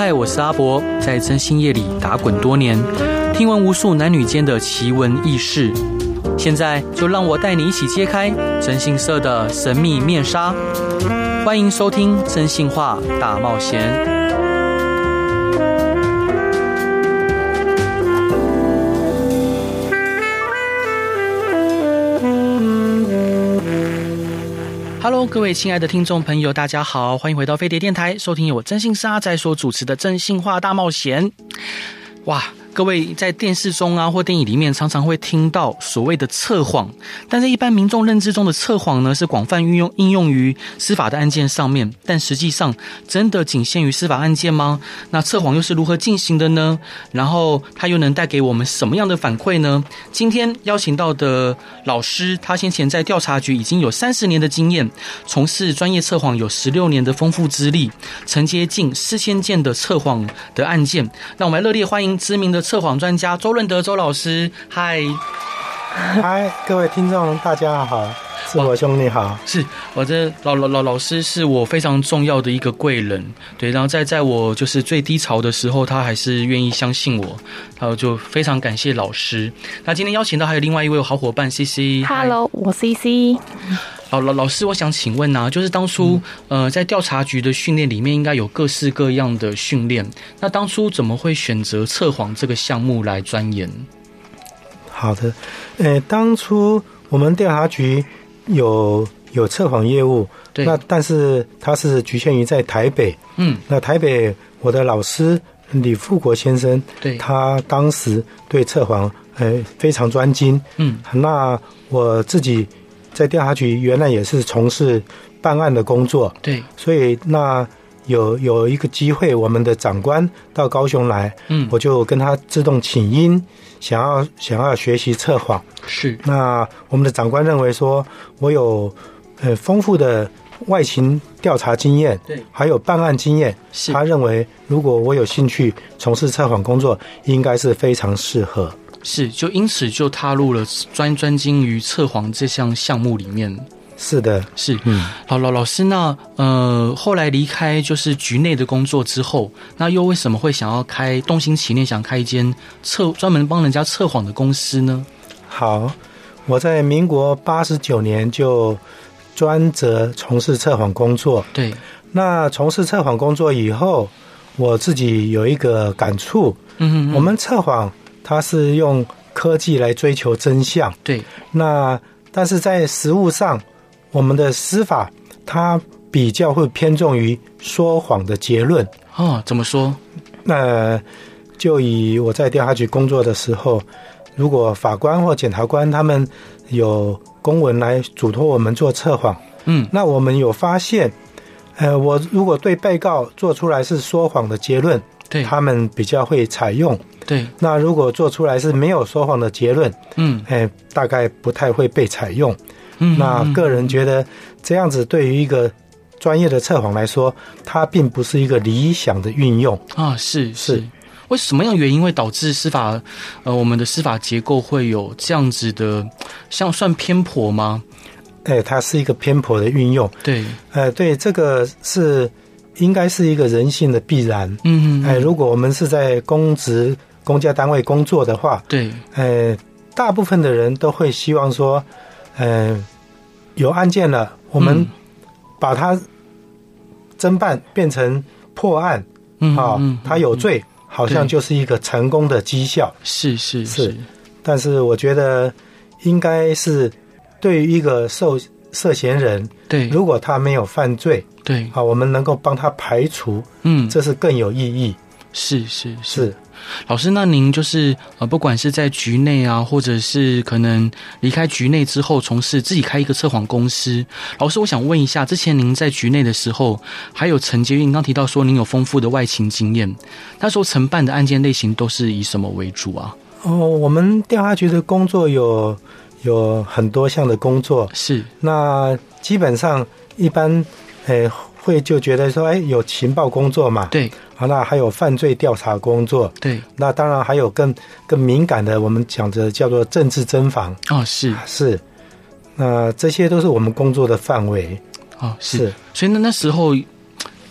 嗨，我是阿伯，在征信业里打滚多年，听闻无数男女间的奇闻异事。现在就让我带你一起揭开征信社的神秘面纱。欢迎收听《征信话大冒险》。Hello， 各位亲爱的听众朋友，大家好，欢迎回到飞碟电台，收听由我征信社阿仔所主持的《征信话大冒险》。哇！各位在电视中啊或电影里面常常会听到所谓的测谎，但是一般民众认知中的测谎呢，是广泛应用于司法的案件上面，但实际上真的仅限于司法案件吗？那测谎又是如何进行的呢？然后它又能带给我们什么样的反馈呢？今天邀请到的老师，他先前在调查局已经有30年的经验，从事专业测谎有16年的丰富资历，承接近4000件的测谎的案件。那我们来热烈欢迎知名的测谎专家周润德周老师。嗨， 各位听众大家好，是我兄弟好。 是我这老师是我非常重要的一个贵人，对，然后在我就是最低潮的时候，他还是愿意相信我，然后就非常感谢老师。那今天邀请到还有另外一位好伙伴 CC。Hello， 我 CC。 老师，我想请问啊，就是当初在调查局的训练里面，应该有各式各样的训练，那当初怎么会选择测谎这个项目来钻研？ 好的，当初我们调查局有测谎业务，对，那但是它是局限于在台北，那台北我的老师李富国先生，对，他当时对测谎非常专精，那我自己在调查局原来也是从事办案的工作，对，所以那有一个机会，我们的长官到高雄来，我就跟他自动请缨，想要学习测谎。是，那我们的长官认为说，我有丰富的外勤调查经验，对，还有办案经验，是，他认为如果我有兴趣从事测谎工作，应该是非常适合。 是，就因此就踏入了专精于测谎这项项目里面。 是的，是， 老师，那后来离开就是局内的工作之后，那又为什么会想要动心起念，想开一间专门帮人家测谎的公司呢？ 好，我在民国89年就专责从事测谎工作。对，那从事测谎工作以后，我自己有一个感触，我们测谎它是用科技来追求真相，对，那但是在实务上，我们的司法它比较会偏重于说谎的结论。 怎么说？ 那就以我在调查局工作的时候，如果法官或检察官他们有公文来嘱托我们做测谎，那我们有发现，我如果对被告做出来是说谎的结论，对，他们比较会采用。对，那如果做出来是没有说谎的结论，大概不太会被采用。那个人觉得这样子对于一个专业的测谎来说，它并不是一个理想的运用啊。是，为什么样原因会导致司法我们的司法结构会有这样子的，像算偏颇吗？ 它是一个偏颇的运用。对，对，这个是应该是一个人性的必然。如果我们是在公家单位工作的话，对，大部分的人都会希望说，有案件了，我们把它侦办变成破案，他有罪，好像就是一个成功的绩效。是，但是我觉得应该是对于一个涉嫌人，对，如果他没有犯罪，对，我们能够帮他排除，这是更有意义。 是。老师，那您就是不管是在局内啊，或者是可能离开局内之后从事自己开一个测谎公司，老师，我想问一下，之前您在局内的时候，还有承接，您刚提到说您有丰富的外勤经验，那时候承办的案件类型都是以什么为主啊？ 我们调查局的工作有很多项的工作，是，那基本上一般会就觉得说，有情报工作嘛，对，那还有犯罪调查工作，对，那当然还有更敏感的，我们讲的叫做政治侦防。是，那这些都是我们工作的范围。 是，所以那时候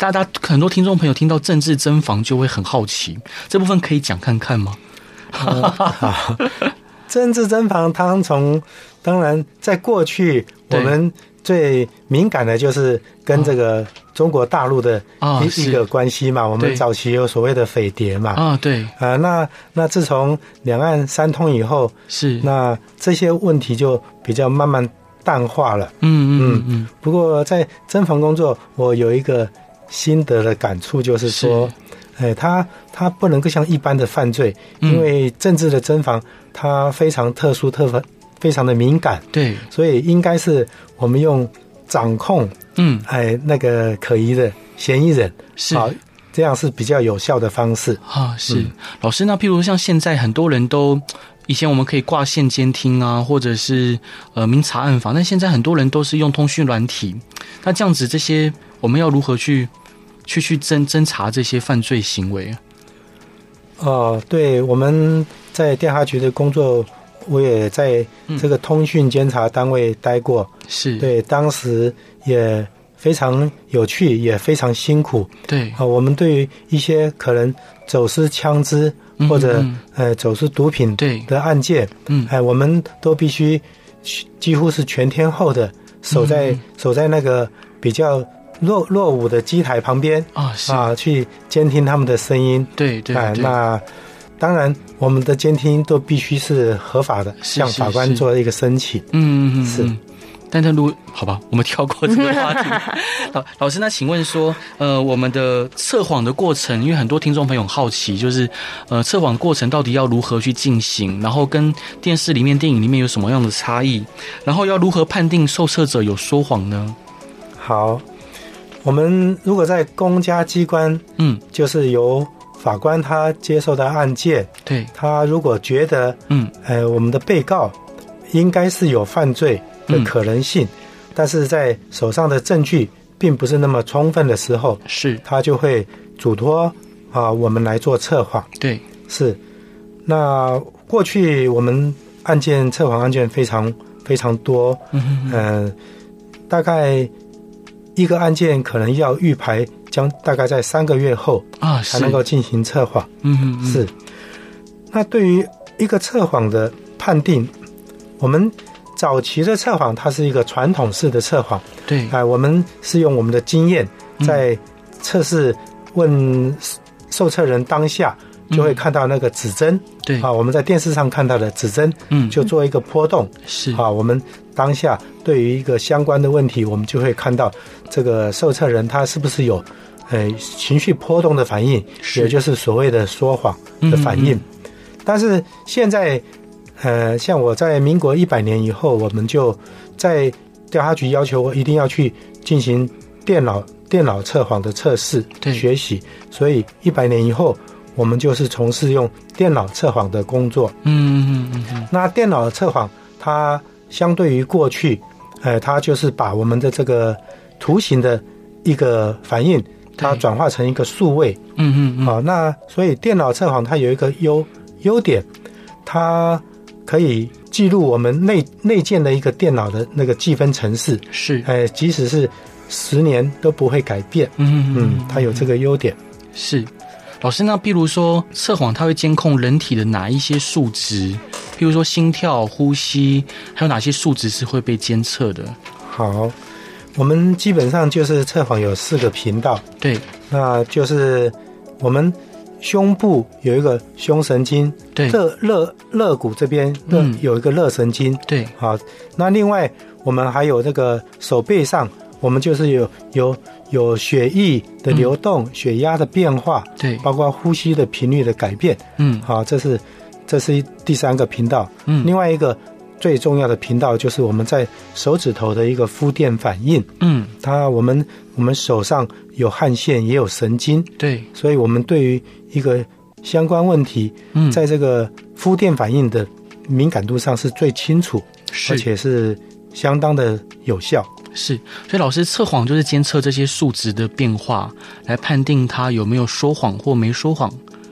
大家很多听众朋友听到政治侦防就会很好奇，这部分可以讲看看吗？ 好，政治侦防当然在过去我们最敏感的就是跟这个中国大陆的一个关系嘛，我们早期有所谓的匪谍嘛， 对， 那自从两岸三通以后， 是那这些问题就比较慢慢淡化了。不过在侦防工作，我有一个心得的感触，就是说，它不能够像一般的犯罪，因为政治的侦防它非常特殊，非常的敏感，对，所以应该是我们用掌控，那个可疑的嫌疑人，是好，这样是比较有效的方式啊。是老师，那譬如像现在很多人都，以前我们可以挂线监听啊，或者是明察暗访，但现在很多人都是用通讯软体，那这样子这些我们要如何去侦查这些犯罪行为啊？ 对，我们在调查局的工作。我也在这个通讯监察单位待过，是对，当时也非常有趣，也非常辛苦。对，我们对于一些可能走私枪支或者走私毒品的案件，我们都必须几乎是全天候的守在那个比较落伍的机台旁边去监听他们的声音。对，那。当然，我们的监听都必须是合法的，向法官做一个申请。是。 但好吧，我们跳过这个话题。老师，那请问说，我们的测谎的过程，因为很多听众朋友很好奇，就是测谎过程到底要如何去进行，然后跟电视里面、电影里面有什么样的差异，然后要如何判定受测者有说谎呢？ 好，我们如果在公家机关，就是由法官他接受的案件，对，他如果觉得，我们的被告应该是有犯罪的可能性，但是在手上的证据并不是那么充分的时候，是，他就会嘱托我们来做测谎。对，是。那过去我们测谎案件非常非常多，大概一个案件可能要预排。大概在3个月后才能够进行测谎。是。那对于一个测谎的判定，我们早期的测谎它是一个传统式的测谎。对，我们是用我们的经验在测试问受测人当下就会看到那个指针。对，我们在电视上看到的指针，就做一个波动。是，我们当下对于一个相关的问题，我们就会看到这个受测人他是不是有情绪波动的反应，也就是所谓的说谎的反应。但是现在像我在民国100年以后，我们就在调查局要求我一定要去进行电脑测谎的测试学习，所以100年以后我们就是从事用电脑测谎的工作。那电脑测谎它相对于过去它就是把我们的这个图形的一个反应它转化成一个数位。那所以电脑测谎它有一个优点，它可以记录我们内建的一个电脑的那个计分程式，是即使是10年都不会改变。它有这个优点。 是。老师，那比如说测谎它会监控人体的哪一些数值，譬如说心跳、呼吸，还有哪些数值是会被监测的？ 好，我们基本上就是测谎有4个频道。对，那就是我们胸部有一个胸神经，对，肋骨这边有一个肋神经。对，好，那另外我们还有这个手背上，我们就是有血液的流动，血压的变化，对，包括呼吸的频率的改变。好，这是第3个频道。另外一个最重要的频道就是我们在手指头的一个肤电反应。我们手上有汗腺也有神经，对，所以我们对于一个相关问题，在这个肤电反应的敏感度上是最清楚，而且是相当的有效。 是，所以老师测谎就是监测这些数值的变化，来判定他有没有说谎或没说谎。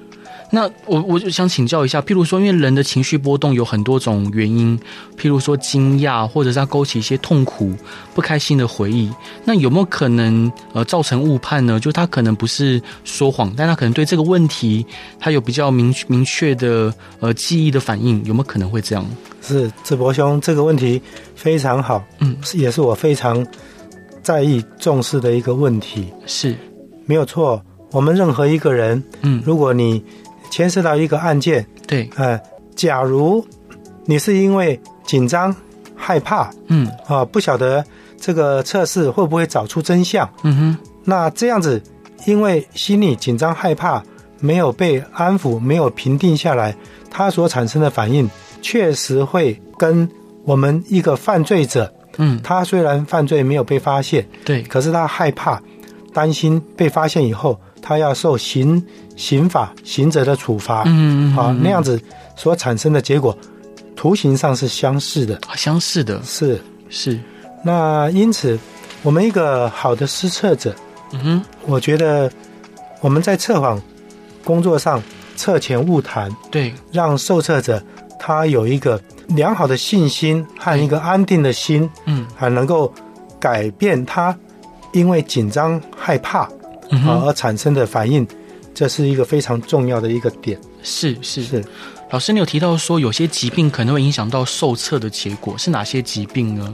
那我就想请教一下，譬如说，因为人的情绪波动有很多种原因，譬如说惊讶，或者是他勾起一些痛苦、不开心的回忆，那有没有可能造成误判呢？就他可能不是说谎，但他可能对这个问题他有比较明确的记忆的反应，有没有可能会这样？ 是智博兄，这个问题非常好，也是我非常在意重视的一个问题。 是没有错，我们任何一个人，如果你牵涉到一个案件， 对， 假如你是因为紧张、害怕，不晓得这个测试会不会找出真相，那这样子，因为心里紧张、害怕，没有被安抚，没有平定下来，他所产生的反应，确实会跟我们一个犯罪者，他虽然犯罪没有被发现， 对， 可是他害怕、担心被发现以后，他要受刑法刑责的处罚，那样子所产生的结果，图形上是相似的，是。那因此，我们一个好的施测者，我觉得我们在测谎工作上测前勿谈， 对， 让受测者他有一个良好的信心和一个安定的心，能够改变他因为紧张害怕而产生的反应，这是一个非常重要的一个点。 是。老师，你有提到说有些疾病可能会影响到受测的结果，是哪些疾病呢？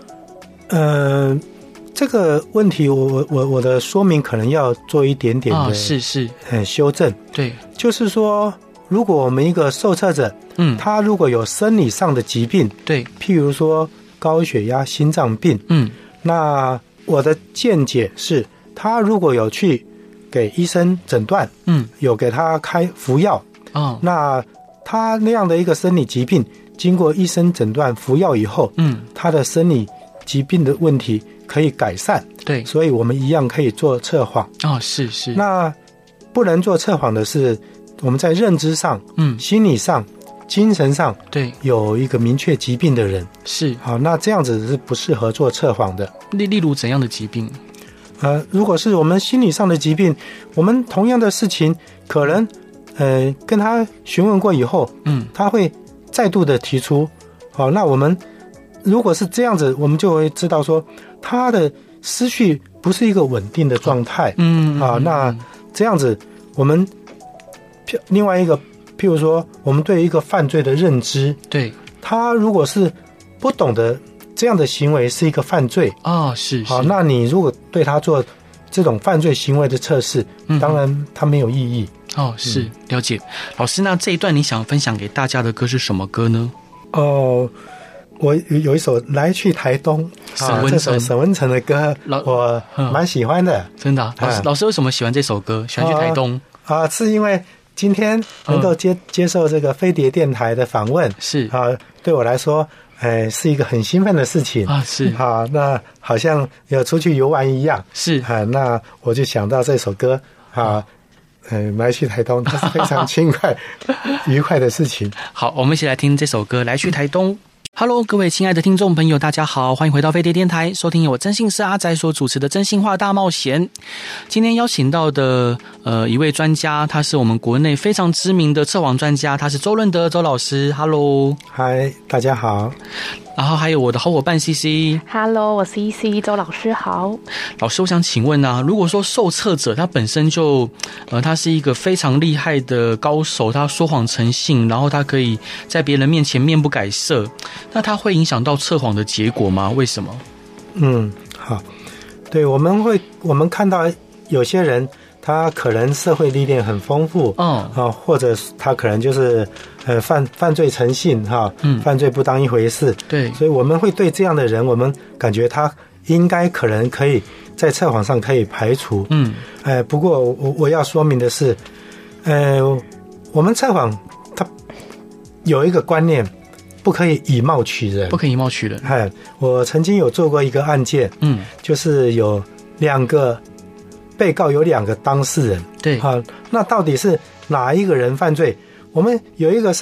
这个问题我的说明可能要做一点点的修正。 对， 就是说，如果我们一个受测者，他如果有生理上的疾病， 对， 譬如说高血压、心脏病，那我的见解是，他如果有去给医生诊断，有给他开服药，那他那样的一个生理疾病，经过医生诊断服药以后，他的生理疾病的问题可以改善， 对， 所以我们一样可以做测谎。 是。 那不能做测谎的是，我们在认知上、心理上、精神上， 对， 有一个明确疾病的人， 是。 好，那这样子是不适合做测谎的。 例如怎样的疾病？ 如果是我们心理上的疾病，我们同样的事情，可能跟他询问过以后，他会再度的提出。好，那我们如果是这样子，我们就会知道说他的思绪不是一个稳定的状态。那这样子，我们另外一个，譬如说，我们对一个犯罪的认知， 对， 他如果是不懂得这样的行为是一个犯罪， 是。 好，那你如果对他做这种犯罪行为的测试，当然他没有意义。 是，了解。老师，那这一段你想分享给大家的歌是什么歌呢？ 我有一首《来去台东》，这首沈文程的歌，我蛮喜欢的。 真的老师为什么喜欢这首歌？喜欢去台东？ 是因为今天能够接受这个飞碟电台的访问， 是对我来说，是一个很兴奋的事情是那好像要出去游玩一样， 是那我就想到这首歌来去台东，它是非常轻快愉快的事情。 好，我们一起来听这首歌《来去台东》。Hello， 各位亲爱的听众朋友，大家好，欢迎回到飞碟电台，收听由我真心是阿宅所主持的真心话大冒险。今天邀请到的一位专家，他是我们国内非常知名的测谎专家，他是周润德周老师。Hello， 嗨，大家好。 然后还有我的好伙伴 CC。Hello， 我是 CC， 周老师好。 老师，我想请问如果说受测者他本身就他是一个非常厉害的高手，他说谎成性，然后他可以在别人面前面不改色，那他会影响到测谎的结果吗？为什么？ 好，对，我们看到有些人他可能社会历练很丰富，或者他可能就是犯罪成性犯罪不当一回事， 对， 所以我们会对这样的人，我们感觉他应该可能可以在测谎上可以排除，不过我要说明的是，我们测谎他有一个观念，不可以以貌取人，我曾经有做过一个案件，就是有2个被告，有2个当事人， 对， 那到底是哪一个人犯罪？我们有一个是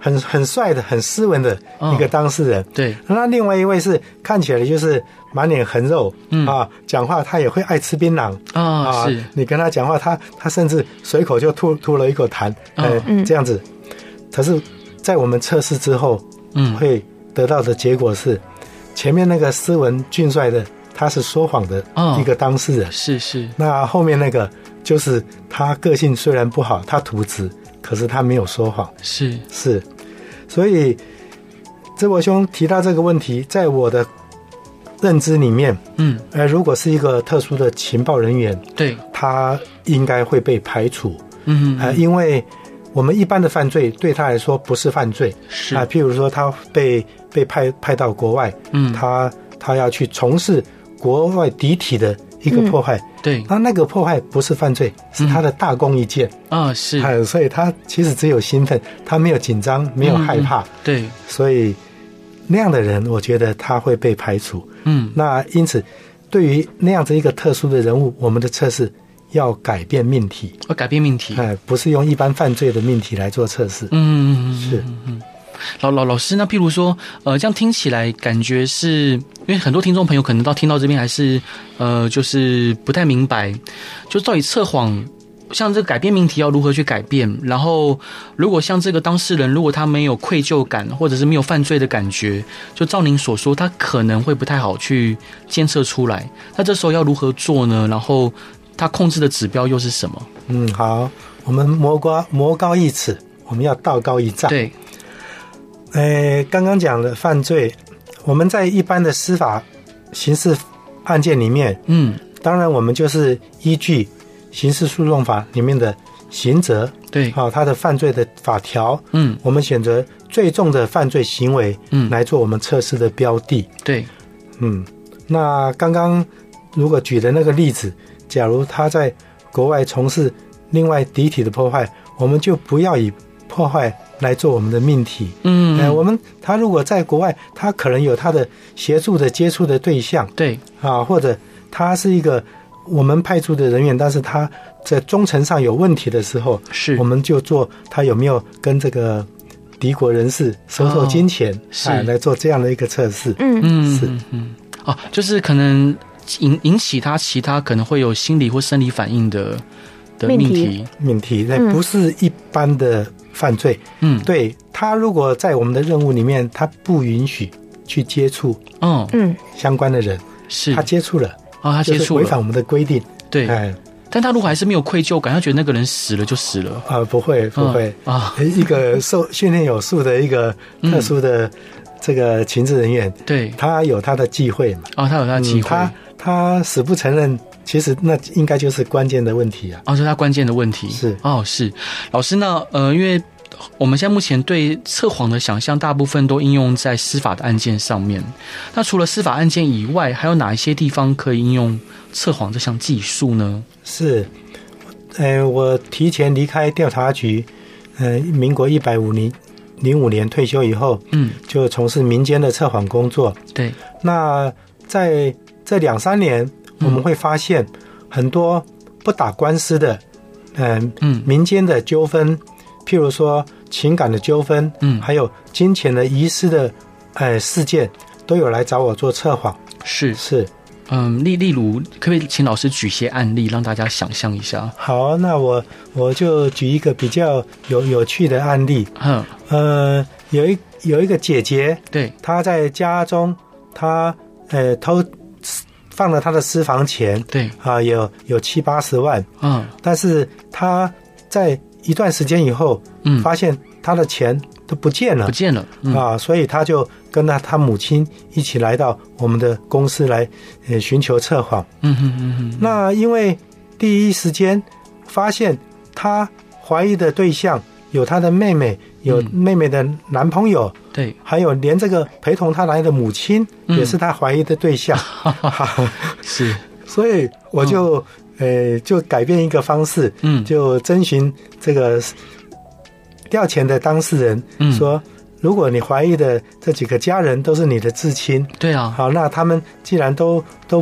很帅的、很斯文的一个当事人。 对， 那另外一位是看起来就是满脸横肉，讲话他也会爱吃槟榔是你跟他讲话，他甚至随口就吐了一口痰，这样子。可是，在我们测试之后，会得到的结果是，前面那个斯文俊帅的他是说谎的一个当事人， 是。那后面那个就是他个性虽然不好，他吐字，可是他没有说谎， 是。 所以智博兄提到这个问题，在我的认知里面，如果是一个特殊的情报人员， 对， 他应该会被排除，因为我们一般的犯罪对他来说不是犯罪， 是譬如说他被派到国外，他要去从事国外敌体的一个破坏， 对， 那个破坏不是犯罪，是他的大功一件是， 所以他其实只有兴奋，他没有紧张，没有害怕， 对， 所以那样的人，我觉得他会被排除。那因此，对于那样子一个特殊的人物，我们的测试要改变命题，不是用一般犯罪的命题来做测试。是。 老师，那譬如说，这样听起来感觉是因为很多听众朋友可能听到这边还是就是不太明白，就到底测谎像这个改变命题要如何去改变，然后如果像这个当事人如果他没有愧疚感或者是没有犯罪的感觉，就照您所说他可能会不太好去监测出来，那这时候要如何做呢？然后他控制的指标又是什么？ 好，我们魔高一尺，我们要道高一丈。 对， 刚刚讲的犯罪，我们在一般的司法刑事案件里面，当然我们就是依据刑事诉讼法里面的刑责， 对， 它的犯罪的法条，我们选择最重的犯罪行为，来做我们测试的标的。 对， 那刚刚如果举的那个例子，假如他在国外从事另外敌体的破坏，我们就不要以破坏来做我们的命题。他如果在国外，他可能有他的协助的接触的对象， 对或者他是一个我们派出的人员，但是他在忠诚上有问题的时候， 是我们就做他有没有跟这个敌国人士收受金钱，来做这样的一个测试。 就是可能引起他其他可能会有心理或生理反应的命题，不是一般的犯罪。对，他如果在我们的任务里面，他不允许去接触相关的人，是他接触了他接触了，违反我们的规定。 对，但他如果还是没有愧疚感，他觉得那个人死了就死了不会一个受训练有素的一个特殊的这个情治人员， 对， 他有他的忌讳嘛？ 他有他的忌讳， 他死不承认，其实那应该就是关键的问题啊！ 这是他关键的问题。 是是老师呢？因为我们现在目前对测谎的想象，大部分都应用在司法的案件上面。那除了司法案件以外，还有哪一些地方可以应用测谎这项技术呢？ 是，我提前离开调查局，民国105年退休以后，就从事民间的测谎工作。 对， 那在这2-3年，我们会发现很多不打官司的，民间的纠纷，譬如说情感的纠纷，还有金钱的遗失的，事件，都有来找我做测谎。 是，例如，可不可以请老师举些案例，让大家想象一下？ 好，那我就举一个比较有趣的案例。有一个姐姐， 对， 她在家中，她放了她的私房钱， 对有70-80万，但是她在一段时间以后，发现她的钱都不见了，所以她就跟她母亲一起来到我们的公司来寻求测谎。那因为第一时间发现她怀疑的对象有她的妹妹，有妹妹的男朋友， 对， 还有连这个陪同她来的母亲也是她怀疑的对象。 是， 所以我就改变一个方式，就征询这个调钱的当事人，说如果你怀疑的这几个家人都是你的至亲， 对啊， 好，那他们既然都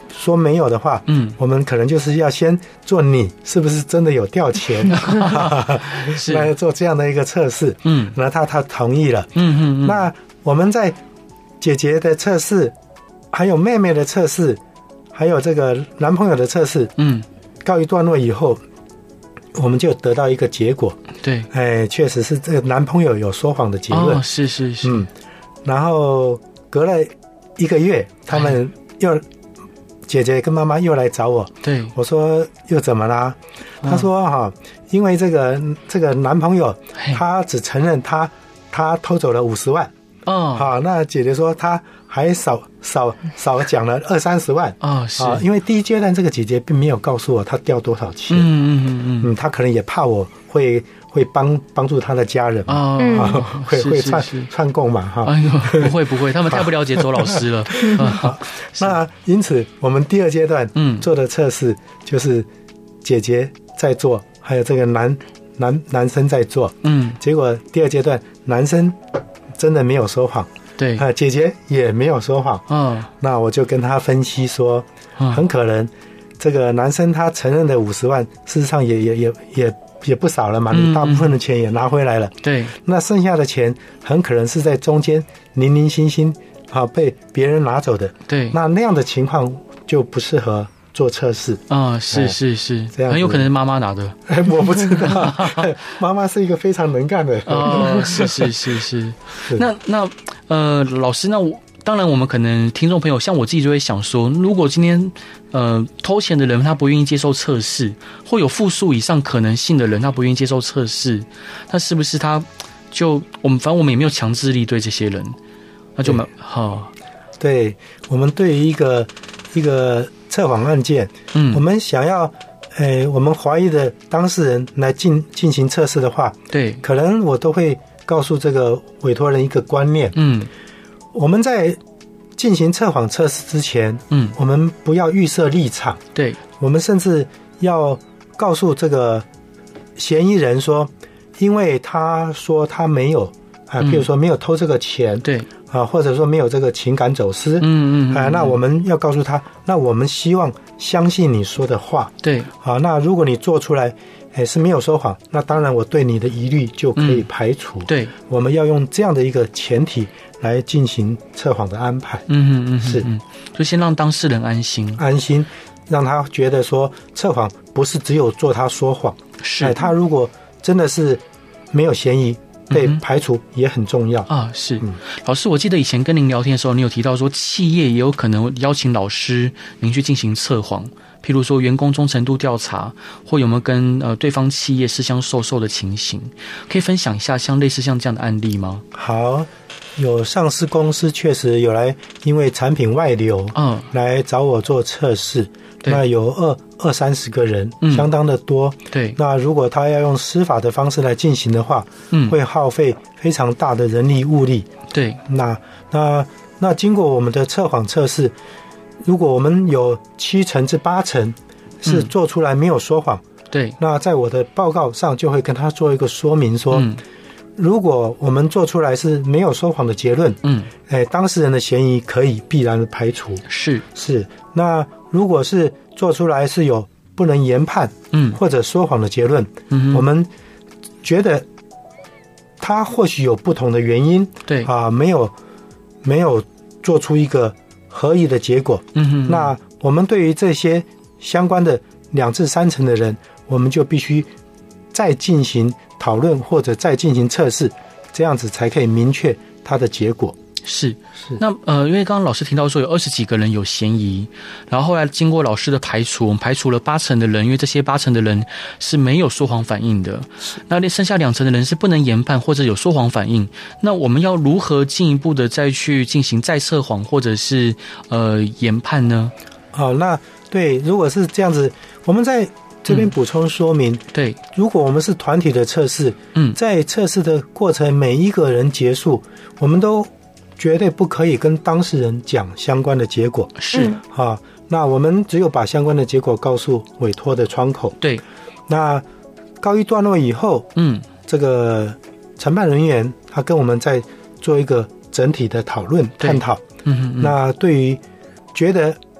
说没有的话，我们可能就是要先做你是不是真的有掉钱，来做这样的一个测试。那他同意了。那我们在姐姐的测试，还有妹妹的测试，还有这个男朋友的测试，告一段落以后，我们就得到一个结果。 对， 确实是这个男朋友有说谎的结论。 是。 然后隔了1个月，他们姐姐跟妈妈又来找我。对，我说又怎么啦？他说因为这个男朋友他只承认他偷走了50万。那姐姐说他还少讲了20-30万。是，因为第一阶段这个姐姐并没有告诉我她掉多少钱。她可能也怕我会帮助他的家人会串供嘛不会，他们太不了解周老师了。 那因此我们第2阶段做的测试就是姐姐在做，还有这个男生在做。结果第2阶段男生真的没有说谎，对，姐姐也没有说谎。那我就跟他分析说，很可能这个男生他承认的50万，事实上也不少了嘛，你大部分的钱也拿回来了。对，那剩下的钱很可能是在中间零零星星被别人拿走的。对，那样的情况就不适合做测试。是，这样很有可能是妈妈拿的。 我不知道，妈妈是一个非常能干的。 是。那老师，那当然我们可能听众朋友像我自己就会想说，如果今天偷钱的人他不愿意接受测试，或有负数以上可能性的人他不愿意接受测试，那是不是他就反正我们也没有强制力对这些人，那就对，我们对于一个测谎案件，我们想要我们怀疑的当事人来进行测试的话，对，可能我都会告诉这个委托人一个观念。我们在进行测谎测试之前，我们不要预设立场。对，我们甚至要告诉这个嫌疑人说，因为他说他没有譬如说没有偷这个钱，对或者说没有这个情感走私，那我们要告诉他，那我们希望相信你说的话。对，那如果你做出来是没有说谎，那当然我对你的疑虑就可以排除。对，我们要用这样的一个前提来进行测谎的安排。是， 就先让当事人安心， 让他觉得说测谎不是只有做他说谎，是他如果真的是没有嫌疑被排除也很重要是，老师，我记得以前跟您聊天的时候，你有提到说企业也有可能邀请老师您去进行测谎，譬如说员工忠诚度调查，或有没有跟对方企业私相授受的情形，可以分享一下类似像这样的案例吗？ 好，有上市公司确实有来因为产品外流来找我做测试，那有20-30个人，相当的多。对，那如果他要用司法的方式来进行的话，会耗费非常大的人力物力。对，那经过我们的测谎测试，如果我们有7成至8成是做出来没有说谎，对，那在我的报告上就会跟他做一个说明说，如果我们做出来是没有说谎的结论，当事人的嫌疑可以必然的排除。是，那如果是做出来是有不能研判或者说谎的结论，我们觉得他或许有不同的原因，对没有做出一个合意的结果，那我们对于这些相关的2至3成的人，我们就必须再进行讨论或者再进行测试，这样子才可以明确它的结果。 是，那因为刚刚老师提到说有20几个人有嫌疑，然后后来经过老师的排除，我们排除了8成的人，因为这些8成的人是没有说谎反应的，那剩下2成的人是不能研判或者有说谎反应，那我们要如何进一步的再去进行再测谎或者是研判呢？ 好，那对，如果是这样子，我们在这边补充说明，对，如果我们是团体的测试，在测试的过程每一个人结束，我们都绝对不可以跟当事人讲相关的结果。是那我们只有把相关的结果告诉委托的窗口。对，那告一段落以后，这个承办人员他跟我们再做一个整体的讨论探讨。那对于觉得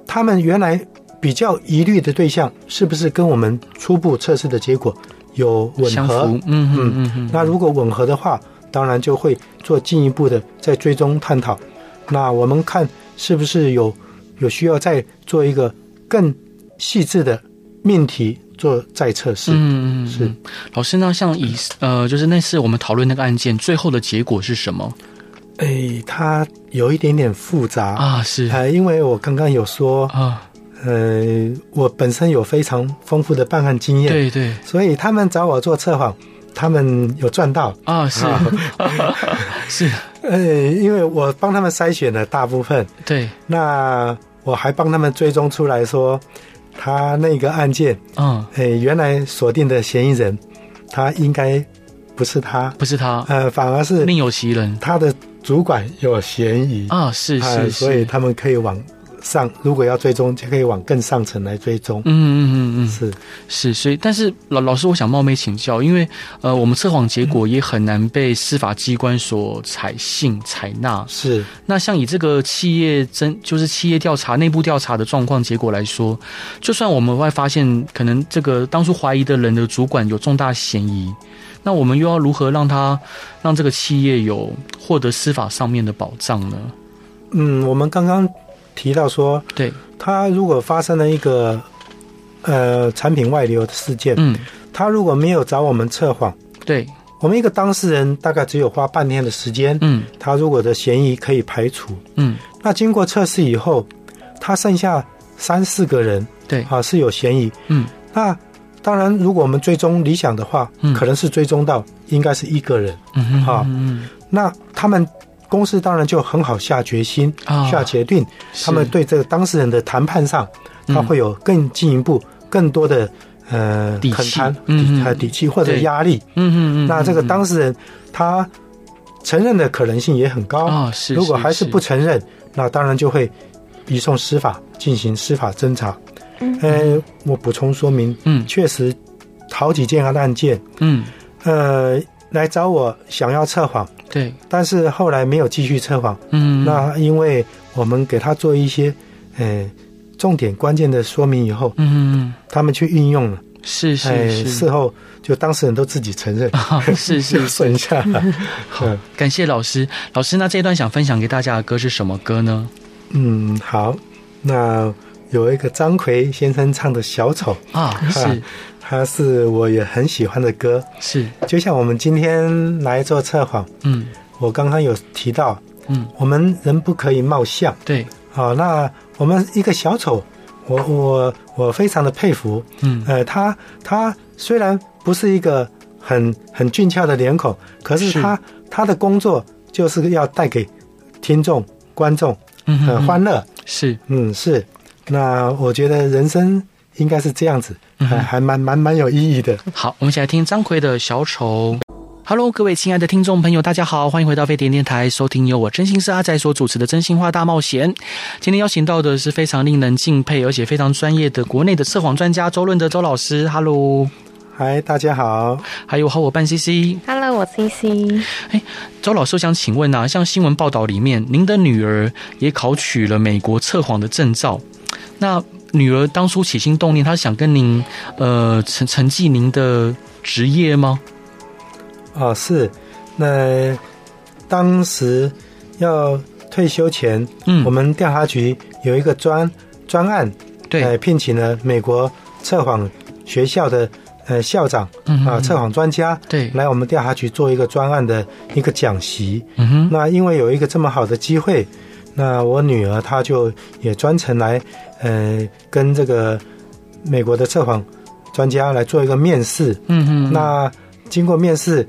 他们原来比较疑虑的对象是不是跟我们初步测试的结果有吻合？那如果吻合的话，当然就会做进一步的再追踪探讨。那我们看是不是有需要再做一个更细致的命题做再测试。是老师呢，像就是那次我们讨论那个案件，最后的结果是什么？ 它有一点点复杂啊，是因为我刚刚有说啊。我本身有非常丰富的办案经验， 对对， 所以他们找我做测谎，他们有赚到啊，是是， 因为我帮他们筛选了大部分， 对， 那我还帮他们追踪出来说，他那个案件，原来锁定的嫌疑人，他应该不是他，反而是另有其人， 他的主管有嫌疑啊， 是， 所以他们可以往上，如果要追踪，就可以往更上层来追踪。是， 所以，但是老师，我想冒昧请教，因为我们测谎结果也很难被司法机关所采纳。 是， 那像以这个企业就是企业调查、内部调查的状况结果来说，就算我们会发现可能这个当初怀疑的人的主管有重大嫌疑，那我们又要如何让这个企业有获得司法上面的保障呢？ 我们刚刚提到说， 对， 他如果发生了一个产品外流的事件，他如果没有找我们测谎， 对， 我们一个当事人大概只有花半天的时间，他如果的嫌疑可以排除，那经过测试以后，他剩下3-4个人， 对是有嫌疑，那当然如果我们追踪理想的话，可能是追踪到应该是1个人，那他们公司当然就很好下决心、下决定，他们对这个当事人的谈判上，他会有更进一步、更多的底气、 底气或者压力。那这个当事人他承认的可能性也很高。如果还是不承认，那当然就会移送司法进行司法侦查。我补充说明，确实好几件案件，来找我想要测谎。 对， 但是后来没有继续测谎。那因为我们给他做一些重点关键的说明以后，他们去运用了， 是， 事后就当事人都自己承认， 是顺下来。 好，感谢老师。老师，那这一段想分享给大家的歌是什么歌呢？ 好，那有一个张奎先生唱的《小丑》 是。 它是我也很喜欢的歌， 是就像我们今天来做测谎，我刚刚有提到，我们人不可以貌相， 对， 那我们一个小丑，我非常的佩服，他虽然不是一个很俊俏的脸孔，可是他的工作就是要带给听众观众欢乐， 是， 是，那我觉得人生应该是这样子。还蛮有意义的。 好，我们一起来听张奎的小丑。Hello， 各位亲爱的听众朋友，大家好，欢迎回到飞碟电台，收听由我真心是阿仔所主持的真心话大冒险。今天邀请到的是非常令人敬佩而且非常专业的国内的测谎专家周润德周老师。Hello， 嗨，大家好。 还有好伙伴 CC。Hello， 我 CC。 周老师，我想请问啊，像新闻报道里面，您的女儿也考取了美国测谎的证照，那女儿当初起心动念，她想跟您承继您的职业吗？ 是，那当时要退休前，我们调查局有一个专案， 对， 聘请了美国测谎学校的校长测谎专家， 对， 来我们调查局做一个专案的一个讲习。那因为有一个这么好的机会，那我女儿她就也专程来跟这个美国的测谎专家来做一个面试。那经过面试，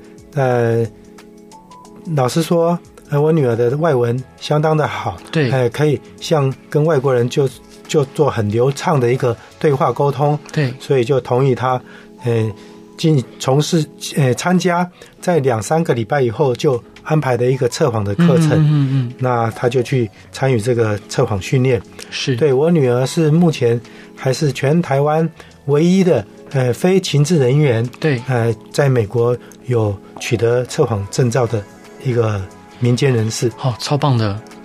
老师说，我女儿的外文相当的好， 对， 可以像跟外国人就做很流畅的一个对话沟通， 对， 所以就同意她从事参加，在2-3个礼拜以后就安排的一个测谎的课程。那他就去参与这个测谎训练。 是，对， 我女儿是目前还是全台湾唯一的非情治人员， 对， 在美国有取得测谎证照的一个民间人士。 超棒的。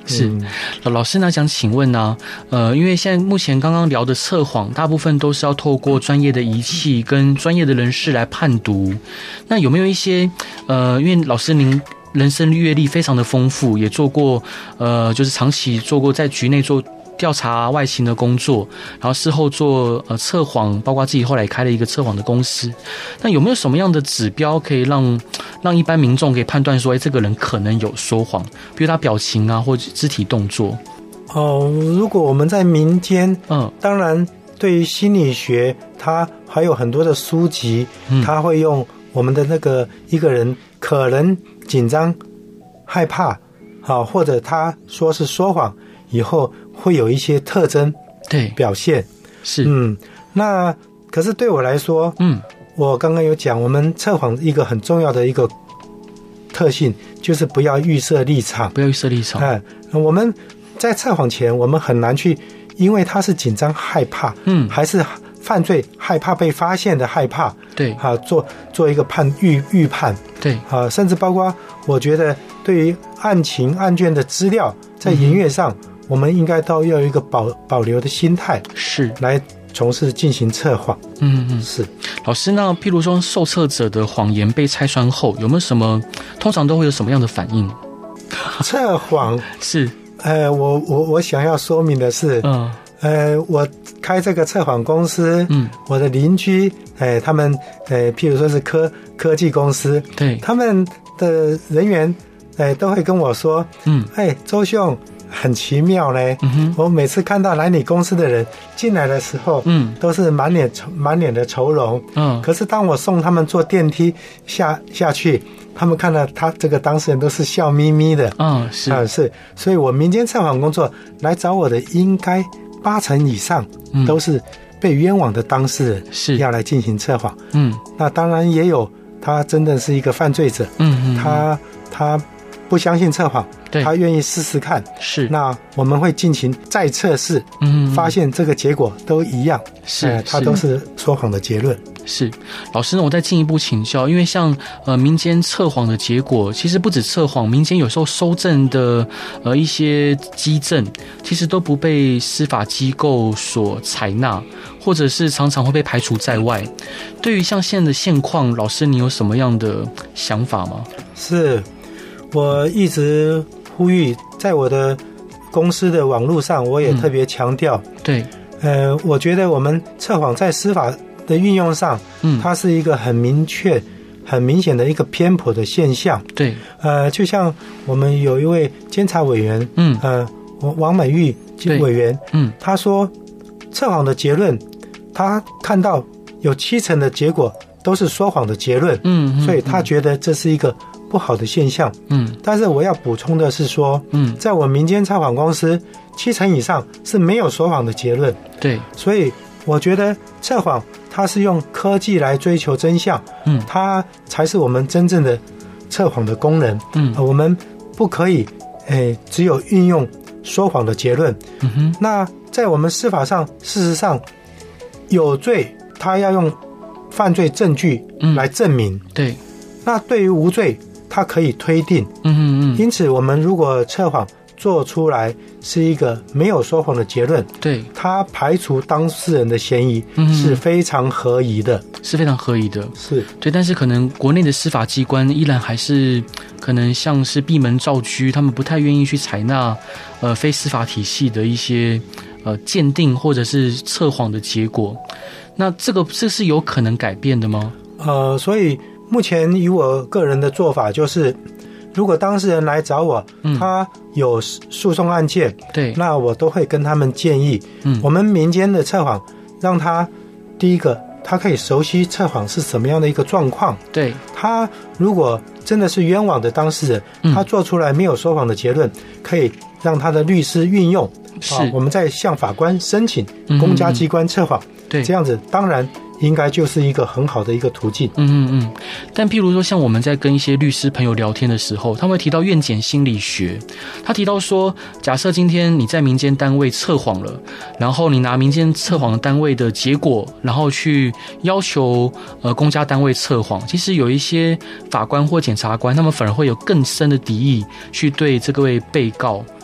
是，老师呢想请问呢，因为现在目前刚刚聊的测谎，大部分都是要透过专业的仪器跟专业的人士来判读。那有没有一些因为老师您人生阅历非常的丰富，也做过就是长期做过在局内做调查外勤的工作，然后事后做测谎，包括自己后来开了一个测谎的公司。那有没有什么样的指标可以让一般民众可以判断说，这个人可能有说谎，比如他表情啊或肢体动作？ 如果我们在民间，当然对于心理学，它还有很多的书籍，他会用我们的那个一个人可能紧张、害怕，或者他说是说谎以后会有一些特征表现。 是， 那可是对我来说，我刚刚有讲，我们测谎一个很重要的一个特性就是不要预设立场。 不要预设立场。 我们在测谎前，我们很难去，因为他是紧张害怕，还是犯罪害怕被发现的害怕， 对， 做一个预判， 对， 甚至包括我觉得对于案情案卷的资料，在研阅上，我们应该都要有一个保留的心态， 是来从事进行测谎。是。 老师，那譬如说受测者的谎言被拆穿后，有没有什么通常都会有什么样的反应？ 测谎是， 我想要说明的是，我开这个测谎公司，我的邻居，他们，譬如说是科技公司， 对， 他们的人员，都会跟我说，周兄很奇妙呢，我每次看到来你公司的人进来的时候，都是满脸的愁容，可是当我送他们坐电梯下去，他们看到他这个当事人都是笑眯眯的，是，所以我民间测谎工作来找我的应该80%以上都是被冤枉的当事人，是要来进行测谎。那当然也有他真的是一个犯罪者，他不相信测谎，他愿意试试看，是，那我们会进行再测试，发现这个结果都一样，是，他都是说谎的结论。 是，老师呢，我再进一步请教，因为像民间测谎的结果，其实不止测谎，民间有时候收证的一些基证，其实都不被司法机构所采纳，或者是常常会被排除在外。对于像现在的现况，老师你有什么样的想法吗？ 是，我一直呼吁，在我的公司的网络上，我也特别强调， 对， 我觉得我们测谎在司法的运用上，它是一个很明确、很明显的一个偏颇的现象。对，就像我们有一位监察委员，王美玉委员，他说测谎的结论，他看到有70%的结果都是说谎的结论，所以他觉得这是一个不好的现象。但是我要补充的是说，在我民间测谎公司，70%以上是没有说谎的结论。对，所以我觉得测谎它是用科技来追求真相，它才是我们真正的测谎的功能。我们不可以只有运用说谎的结论。那在我们司法上，事实上有罪，他要用犯罪证据来证明。对，那对于无罪，他可以推定。因此我们如果测谎做出来是一个没有说谎的结论，对，他排除当事人的嫌疑，是非常合宜的，是非常合宜的，是对。但是可能国内的司法机关依然还是可能像是闭门造车，他们不太愿意去采纳非司法体系的一些鉴定或者是测谎的结果。那这是有可能改变的吗？所以目前以我个人的做法就是，如果当事人来找我，他有诉讼案件，对，那我都会跟他们建议，我们民间的测谎，让他第一个，他可以熟悉测谎是什么样的一个状况，对，他如果真的是冤枉的当事人，他做出来没有说谎的结论，可以让他的律师运用，我们再向法官申请公家机关测谎，对，这样子当然应该就是一个很好的一个途径。但譬如说像我们在跟一些律师朋友聊天的时候，他会提到愿检心理学，他提到说，假设今天你在民间单位测谎了，然后你拿民间测谎单位的结果，然后去要求公家单位测谎，其实有一些法官或检察官，他们反而会有更深的敌意去对这个位被告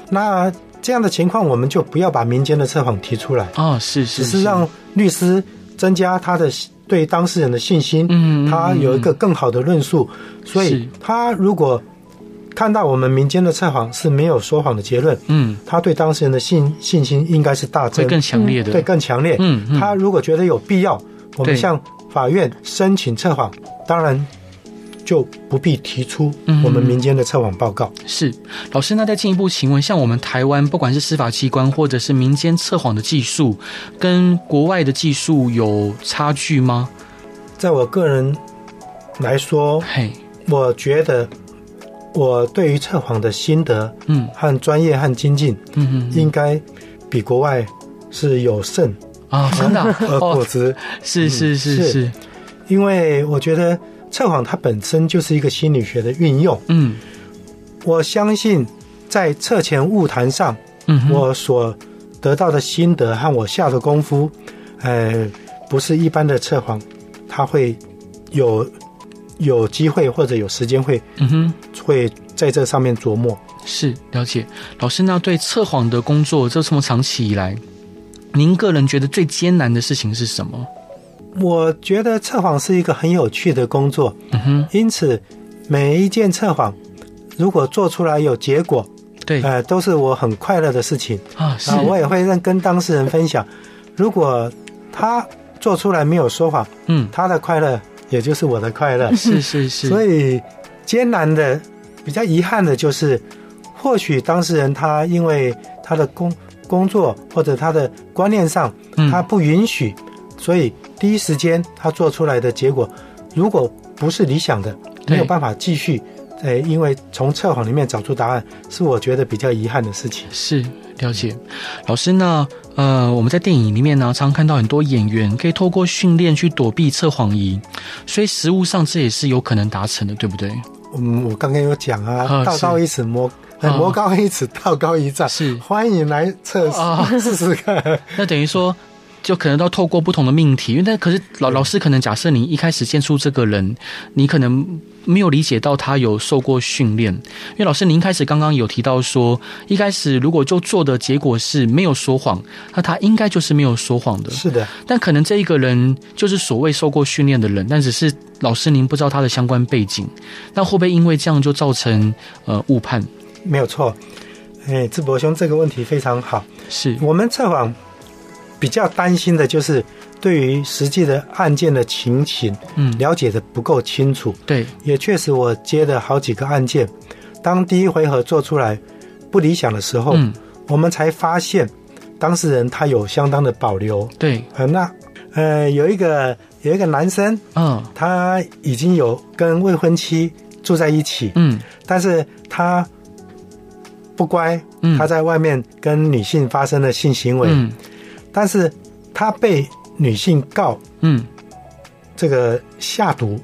那这样的情况，我们就不要把民间的测谎提出来是， 只是让律师增加他的对当事人的信心，他有一个更好的论述。所以他如果看到我们民间的测谎是没有说谎的结论，他对当事人的信心应该是大增， 会更强烈的， 对，更强烈。他如果觉得有必要，我们向法院申请测谎，当然就不必提出我们民间的测谎报告。 是，老师，那再进一步请问，像我们台湾不管是司法机关或者是民间测谎的技术，跟国外的技术有差距吗？ 在我个人来说，我觉得我对于测谎的心得，和专业和精进，应该比国外是有胜真的而果之。 是， 因为我觉得测谎它本身就是一个心理学的运用。我相信在测前晤谈上，我所得到的心得和我下的功夫，不是一般的测谎，它会有机会或者有时间会在这上面琢磨。 是，了解。老师，那对测谎的工作这么长期以来，您个人觉得最艰难的事情是什么？ 我觉得测谎是一个很有趣的工作，因此每一件测谎如果做出来有结果， 对， 都是我很快乐的事情是我也会跟当事人分享，如果他做出来没有说谎，他的快乐也就是我的快乐。 是， 所以艰难的比较遗憾的就是或许当事人他因为他的工作或者他的观念上他不允许，所以第一时间他做出来的结果如果不是理想的，没有办法继续因为从测谎里面找出答案，是我觉得比较遗憾的事情。 是，了解。老师呢我们在电影里面呢常看到很多演员可以透过训练去躲避测谎仪，所以实务上这也是有可能达成的，对不对？ 我刚刚有讲道高一尺魔高一尺，道高一丈， 是，欢迎来测试试试看。 那等于说就可能都透过不同的命题，因为可是老师可能假设你一开始接触这个人，你可能没有理解到他有受过训练。因为老师您一开始刚刚有提到说，一开始如果就做的结果是没有说谎，那他应该就是没有说谎的。 是的， 但可能这一个人就是所谓受过训练的人，但只是老师您不知道他的相关背景，那会不会因为这样就造成误判？ 没有错。智博兄这个问题非常好。 是， 我们测谎比较担心的就是对于实际的案件的情形了解的不够清楚。 对， 也确实我接了好几个案件，当第一回合做出来不理想的时候，我们才发现当事人他有相当的保留。 对， 有一个男生，他已经有跟未婚妻住在一起，但是他不乖，他在外面跟女性发生了性行为，但是他被女性告，这个下毒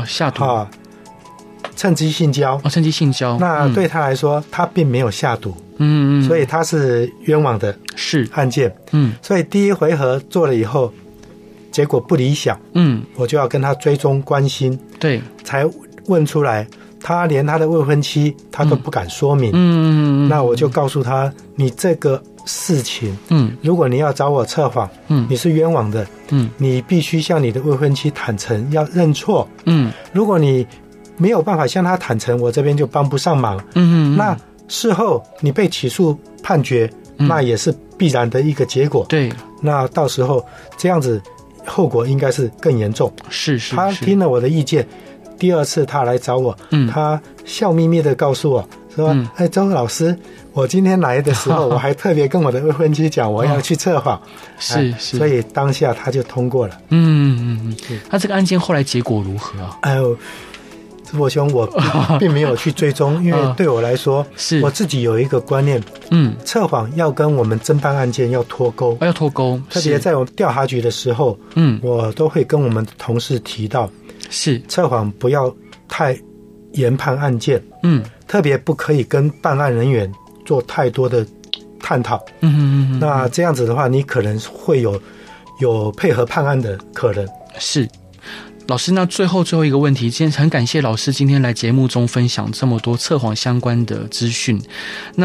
趁机性交，那对他来说，他并没有下毒，所以他是冤枉的案件，所以第一回合做了以后，结果不理想，我就要跟他追踪关心， 对， 才问出来，他连他的未婚妻他都不敢说明，那我就告诉他，你这个事情，如果你要找我测谎，你是冤枉的，你必须向你的未婚妻坦诚，要认错，如果你没有办法向他坦诚，我这边就帮不上忙，那事后你被起诉判决，那也是必然的一个结果， 对， 那到时候这样子后果应该是更严重。 是， 他听了我的意见，第二次他来找我，他笑眯眯的告诉我说，周老师，我今天来的时候，我还特别跟我的未婚妻讲，我要去测谎，所以当下他就通过了。 那这个案件后来结果如何啊？ 智博兄，我并没有去追踪，因为对我来说，我自己有一个观念，测谎要跟我们侦办案件要脱钩，特别在我们调查局的时候，我都会跟我们同事提到，测谎不要太研判案件，特别不可以跟办案人员做太多的探讨，那这样子的话，你可能会有配合判案的可能。 是。老师，那最后一个问题，今天很感谢老师今天来节目中分享这么多测谎相关的资讯。那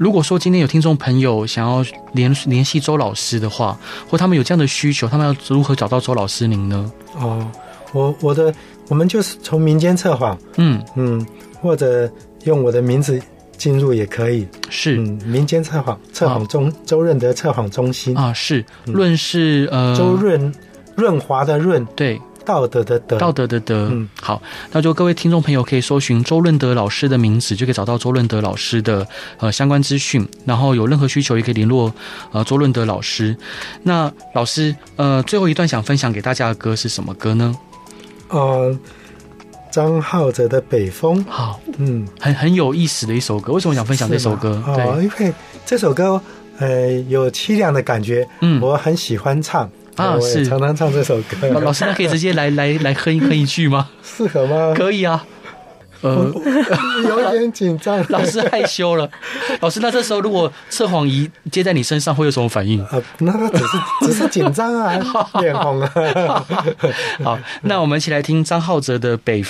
如果说今天有听众朋友想要联系周老师的话，或他们有这样的需求，他们要如何找到周老师您呢？ 我们就是从民间测谎，或者用我的名字进入也可以。 是， 民间测谎周润德测谎中心啊，是润是周润滑的润， 对。 道德的德， 好，那就各位听众朋友可以搜寻周润德老师的名字，就可以找到周润德老师的相关资讯，然后有任何需求也可以联络周润德老师。那老师最后一段想分享给大家的歌是什么歌呢？ 张浩哲的《北风》。 好，很有意思的一首歌。为什么想分享这首歌？对， 因为这首歌有凄凉的感觉，我很喜欢唱。是常常唱这首歌。 老师，那可以直接来哼一句吗？ 适合吗？ 可以啊。 有点紧张， 老师害羞了。老师，那这时候如果测谎仪接在你身上，会有什么反应？ 那只是紧张啊，脸红啊。 好，那我们一起来听张浩哲的《北风》。